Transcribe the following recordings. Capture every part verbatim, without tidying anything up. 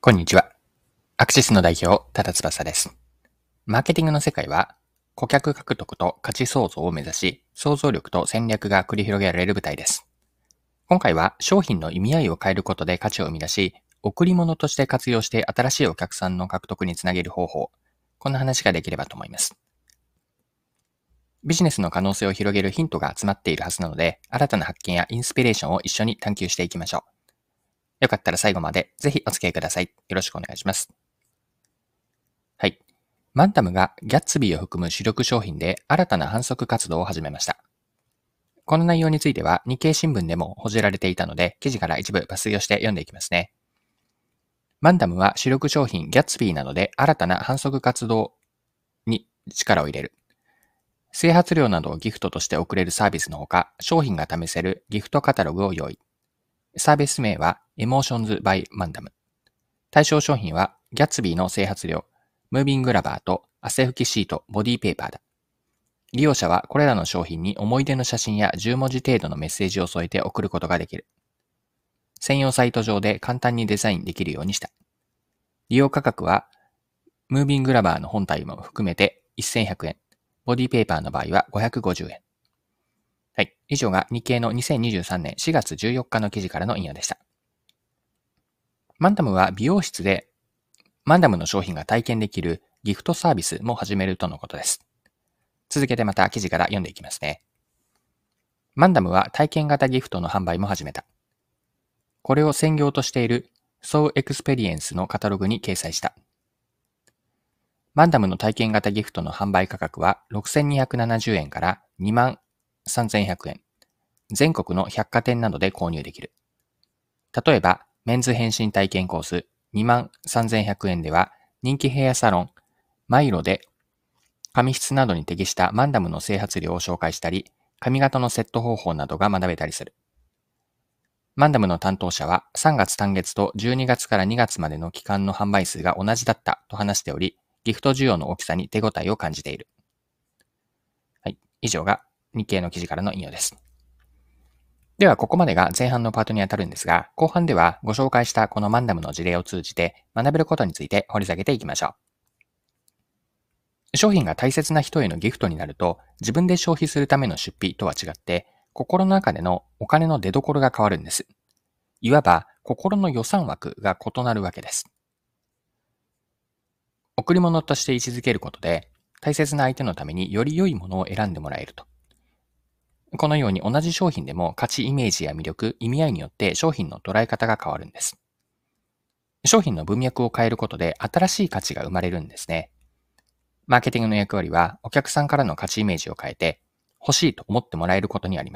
こんにちは。アクシスの代表、多田翼です。マーケティングの世界は、顧客獲得と価値創造を目指し、想像力と戦略が繰り広げられる舞台です。今回は商品の意味合いを変えることで価値を生み出し、贈り物として活用して新しいお客さんの獲得につなげる方法、こんな話ができればと思います。ビジネスの可能性を広げるヒントが集まっているはずなので、新たな発見やインスピレーションを一緒に探求していきましょう。よかったら最後までぜひお付き合いください。よろしくお願いします。はい。マンダムがギャッツビーを含む主力商品で新たな販促活動を始めました。この内容については日経新聞でも報じられていたので、記事から一部抜粋をして読んでいきますね。マンダムは主力商品ギャッツビーなどで新たな販促活動に力を入れる。整髪料などをギフトとして送れるサービスのほか、商品が試せるギフトカタログを用意。サービス名は Emotions by マンダム。対象商品はギャッツビーの整髪料、ムービングラバーと汗拭きシート、ボディペーパーだ。利用者はこれらの商品に思い出の写真やじゅう文字程度のメッセージを添えて送ることができる。専用サイト上で簡単にデザインできるようにした。利用価格は、ムービングラバーの本体も含めてせんひゃくえん、ボディペーパーの場合はごひゃくごじゅうえん。はい。以上が日経のにせんにじゅうさんねんしがつじゅうよっかの記事からの引用でした。マンダムは美容室でマンダムの商品が体験できるギフトサービスも始めるとのことです。続けてまた記事から読んでいきますね。マンダムは体験型ギフトの販売も始めた。これを専業としている So Experience のカタログに掲載した。マンダムの体験型ギフトの販売価格はろくせんにひゃくななじゅうえんからにまんさんぜんひゃくえん。全国の百貨店などで購入できる。例えば、メンズ変身体験コースにまんさんぜんひゃくえんでは、人気ヘアサロン、マイロで髪質などに適したマンダムの整髪料を紹介したり、髪型のセット方法などが学べたりする。マンダムの担当者はさんがつ単月とじゅうにがつからにがつまでの期間の販売数が同じだったと話しており、ギフト需要の大きさに手応えを感じている。はい。以上が日経の記事からの引用です。では、ここまでが前半のパートにあたるんですが、後半ではご紹介したこのマンダムの事例を通じて学べることについて掘り下げていきましょう。商品が大切な人へのギフトになると、自分で消費するための出費とは違って、心の中でのお金の出所が変わるんです。いわば、心の予算枠が異なるわけです。贈り物として位置づけることで、大切な相手のためにより良いものを選んでもらえると。このように同じ商品でも価値イメージや魅力、意味合いによって商品の捉え方が変わるんです。商品の文脈を変えることで新しい価値が生まれるんですね。マーケティングの役割はお客さんからの価値イメージを変えて欲しいと思ってもらえることにあります。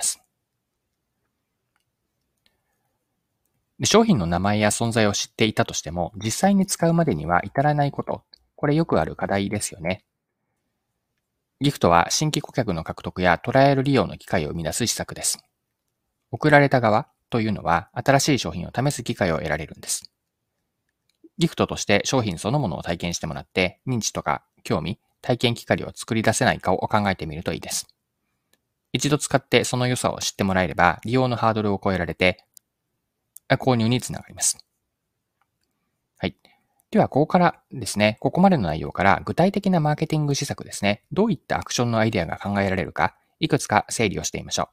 で商品の名前や存在を知っていたとしても実際に使うまでには至らないこと、これよくある課題ですよね。ギフトは新規顧客の獲得やトライアル利用の機会を生み出す施策です。送られた側というのは新しい商品を試す機会を得られるんです。ギフトとして商品そのものを体験してもらって認知とか興味、体験機会を作り出せないかを考えてみるといいです。一度使ってその良さを知ってもらえれば利用のハードルを超えられて購入につながります。はい。では、ここからですね、ここまでの内容から具体的なマーケティング施策ですね、どういったアクションのアイデアが考えられるか、いくつか整理をしてみましょ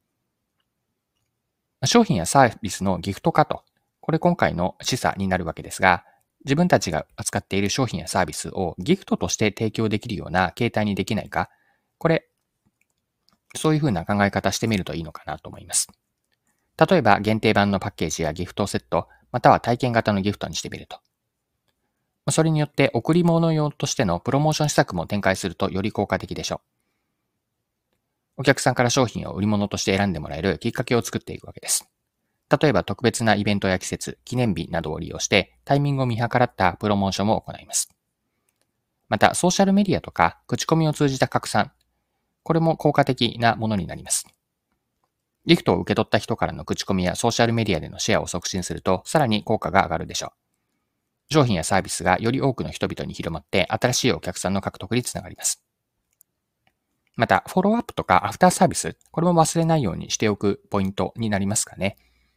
う。商品やサービスのギフト化と、これ今回の示唆になるわけですが、自分たちが扱っている商品やサービスをギフトとして提供できるような形態にできないか、これ、そういうふうな考え方してみるといいのかなと思います。例えば、限定版のパッケージやギフトセット、または体験型のギフトにしてみると。それによって贈り物用としてのプロモーション施策も展開するとより効果的でしょう。お客さんから商品を売り物として選んでもらえるきっかけを作っていくわけです。例えば特別なイベントや季節、記念日などを利用してタイミングを見計らったプロモーションも行います。またソーシャルメディアとか口コミを通じた拡散、これも効果的なものになります。ギフトを受け取った人からの口コミやソーシャルメディアでのシェアを促進するとさらに効果が上がるでしょう。商品やサービスがより多くの人々に広まって新しいお客さんの獲得につながります。また、フォローアップとかアフターサービス、これも忘れないようにしておくポイントになりますかね。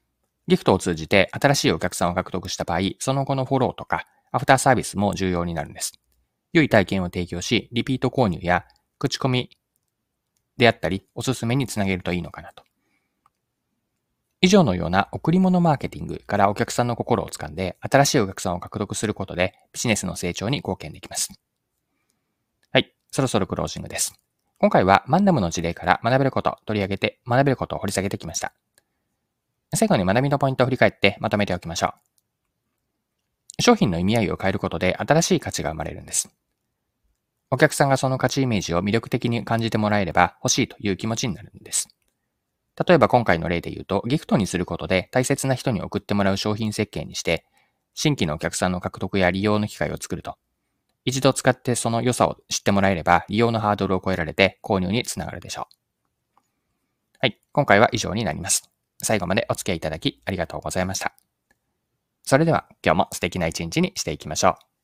ギフトを通じて新しいお客さんを獲得した場合、その後のフォローとか、アフターサービスも重要になるんです。良い体験を提供し、リピート購入や口コミであったり、おすすめにつなげるといいのかなと。以上のような贈り物マーケティングからお客さんの心をつかんで、新しいお客さんを獲得することで、ビジネスの成長に貢献できます。はい、そろそろクロージングです。今回はマンダムの事例から学べることを取り上げて、学べることを掘り下げてきました。最後に学びのポイントを振り返ってまとめておきましょう。商品の意味合いを変えることで新しい価値が生まれるんです。お客さんがその価値イメージを魅力的に感じてもらえれば欲しいという気持ちになるんです。例えば今回の例で言うと、ギフトにすることで大切な人に送ってもらう商品設計にして、新規のお客さんの獲得や利用の機会を作ると、一度使ってその良さを知ってもらえれば利用のハードルを超えられて購入につながるでしょう。はい、今回は以上になります。最後までお付き合いいただきありがとうございました。それでは今日も素敵な一日にしていきましょう。